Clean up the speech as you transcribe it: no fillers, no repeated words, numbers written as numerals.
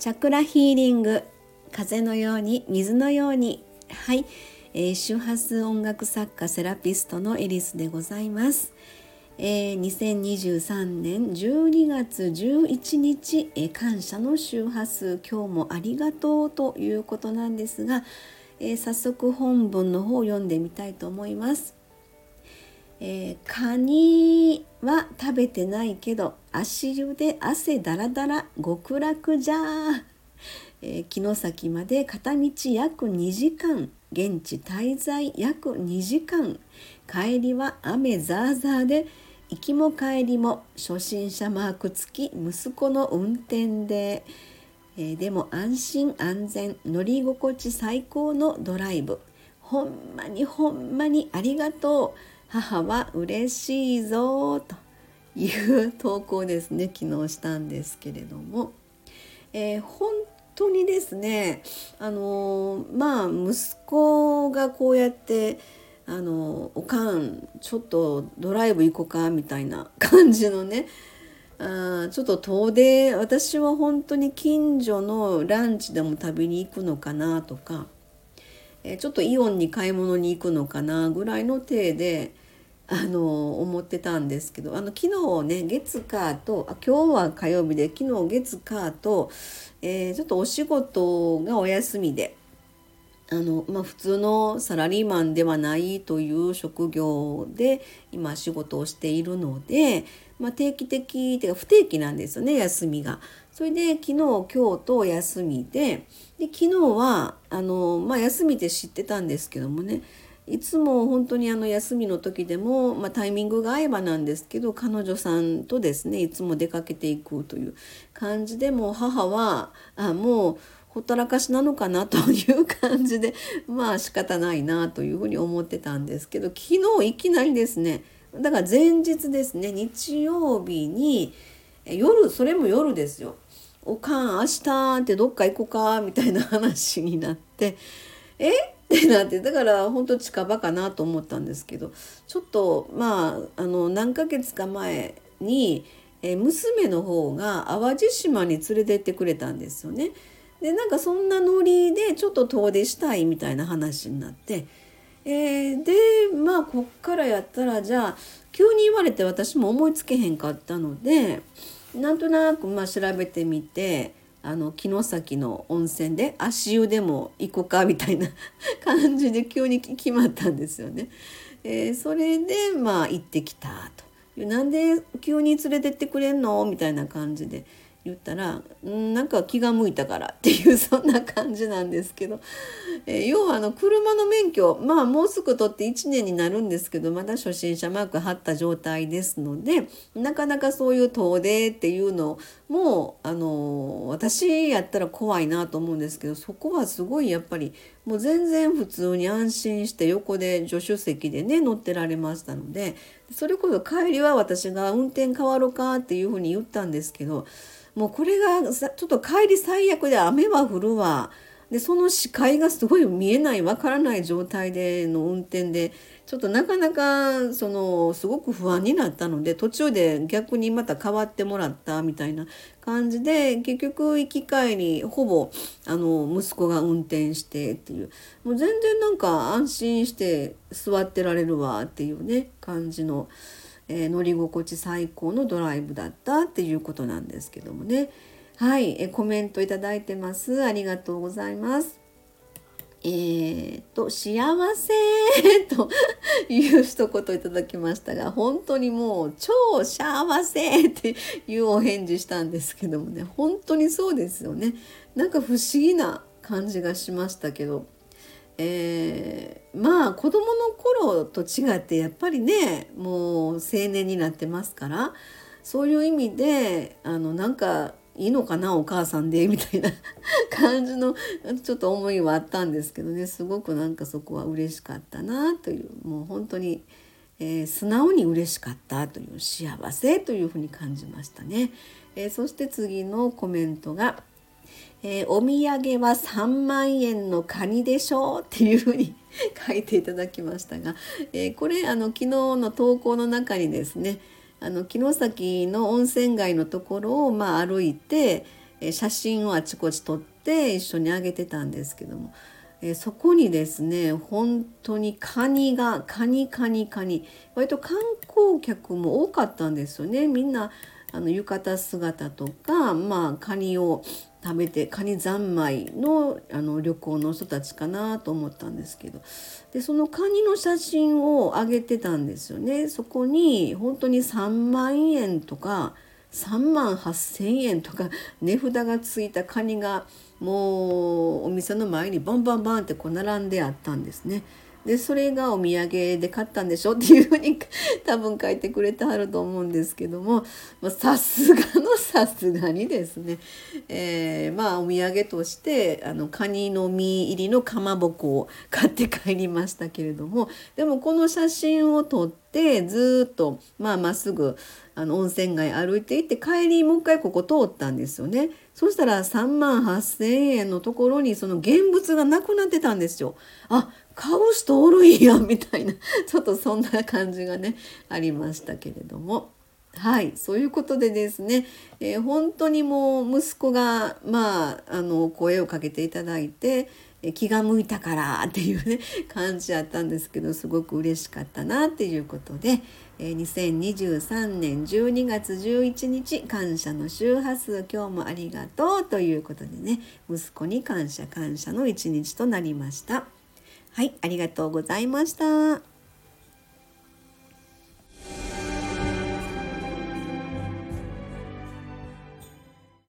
チャクラヒーリング、風のように水のように。はい、周波数音楽作家セラピストのエリスでございます。2023年12月11日、感謝の周波数、今日もありがとうということなんですが、早速本文の方を読んでみたいと思います。カニは食べてないけど足湯で汗だらだら極楽じゃー。城崎まで片道約2時間、現地滞在約2時間、帰りは雨ザーザーで、行きも帰りも初心者マーク付き息子の運転で、でも安心安全、乗り心地最高のドライブ、ほんまにほんまにありがとう、母は嬉しいぞという投稿ですね、昨日したんですけれども、本当にですね、息子がこうやっておかんちょっとドライブ行こうかみたいな感じのね、ちょっと遠出、私は本当に近所のランチでも食べに行くのかなとか、ちょっとイオンに買い物に行くのかなぐらいの体で思ってたんですけど、昨日ね、月火と今日は火曜日で、昨日月火と、ちょっとお仕事がお休みで、普通のサラリーマンではないという職業で今仕事をしているので、定期的っていうか不定期なんですよね、休みが。それで昨日今日と休みで、昨日は休みって知ってたんですけどもね、いつも本当に休みの時でも、タイミングが合えばなんですけど、彼女さんとですねいつも出かけていくという感じで、もう母はもうほったらかしなのかなという感じで、仕方ないなというふうに思ってたんですけど、昨日いきなりですね、だから前日ですね、日曜日に夜、それも夜ですよ、おかん明日ってどっか行こうかみたいな話になって、ってなって、だから本当近場かなと思ったんですけど、ちょっと何ヶ月か前に娘の方が淡路島に連れて行ってくれたんですよね。でなんかそんなノリでちょっと遠出したいみたいな話になって、でこっからやったら、じゃあ急に言われて私も思いつけへんかったので、なんとなく調べてみて、城崎の温泉で足湯でも行こうかみたいな感じで急に決まったんですよね。それで行ってきたと。なんで急に連れてってくれんのみたいな感じで言ったら、なんか気が向いたからっていう、そんな感じなんですけど、要は車の免許、もうすぐ取って1年になるんですけど、まだ初心者マーク貼った状態ですので、なかなかそういう遠出っていうのも私やったら怖いなと思うんですけど、そこはすごいやっぱりもう全然普通に安心して横で助手席でね乗ってられましたので、それこそ帰りは私が運転変わろうかっていうふうに言ったんですけど、もうこれがちょっと帰り最悪で、雨は降るわで、その視界がすごい見えない、わからない状態での運転で、ちょっとなかなかすごく不安になったので、途中で逆にまた変わってもらったみたいな感じで、結局行き帰りほぼ息子が運転してっていう、もう全然なんか安心して座ってられるわっていうね感じの、乗り心地最高のドライブだったっていうことなんですけどもね。はい、コメントいただいてます。ありがとうございます。幸せという一言いただきましたが、本当にもう超幸せっていうお返事したんですけどもね、本当にそうですよね。なんか不思議な感じがしましたけど、子供の頃と違ってやっぱりね、もう青年になってますから、そういう意味でなんかいいのかなお母さんでみたいな感じのちょっと思いはあったんですけどね、すごくなんかそこは嬉しかったなという、もう本当に、素直に嬉しかったという、幸せというふうに感じましたね。そして次のコメントが、お土産は3万円のカニでしょうっていうふうに書いていただきましたが、これ昨日の投稿の中にですね、城崎の温泉街のところを歩いて、 写真をあちこち撮って一緒にあげてたんですけども、そこにですね本当にカニ割と観光客も多かったんですよね。みんな浴衣姿とか、カニを食べてカニ三昧の、旅行の人たちかなと思ったんですけど、でそのカニの写真を上げてたんですよね。そこに本当に3万円とか3万8,000円とか値札がついたカニがもうお店の前にバンバンバンってこう並んであったんですね。でそれがお土産で買ったんでしょっていうふうに多分書いてくれてはると思うんですけども、さすがにですね、お土産としてカニの身入りのかまぼこを買って帰りましたけれども、でもこの写真を撮ってずっとまっすぐ温泉街歩いていって帰りもう一回ここ通ったんですよね。そしたら3万8,000円のところにその現物がなくなってたんですよ。買う人おるんやみたいなちょっとそんな感じがねありましたけれども、そういうことでですね、本当にもう息子が声をかけていただいて、気が向いたからっていうね感じだったんですけど、すごく嬉しかったなっていうことで、2023年12月11日感謝の周波数今日もありがとうということでね、息子に感謝の一日となりました。ありがとうございました。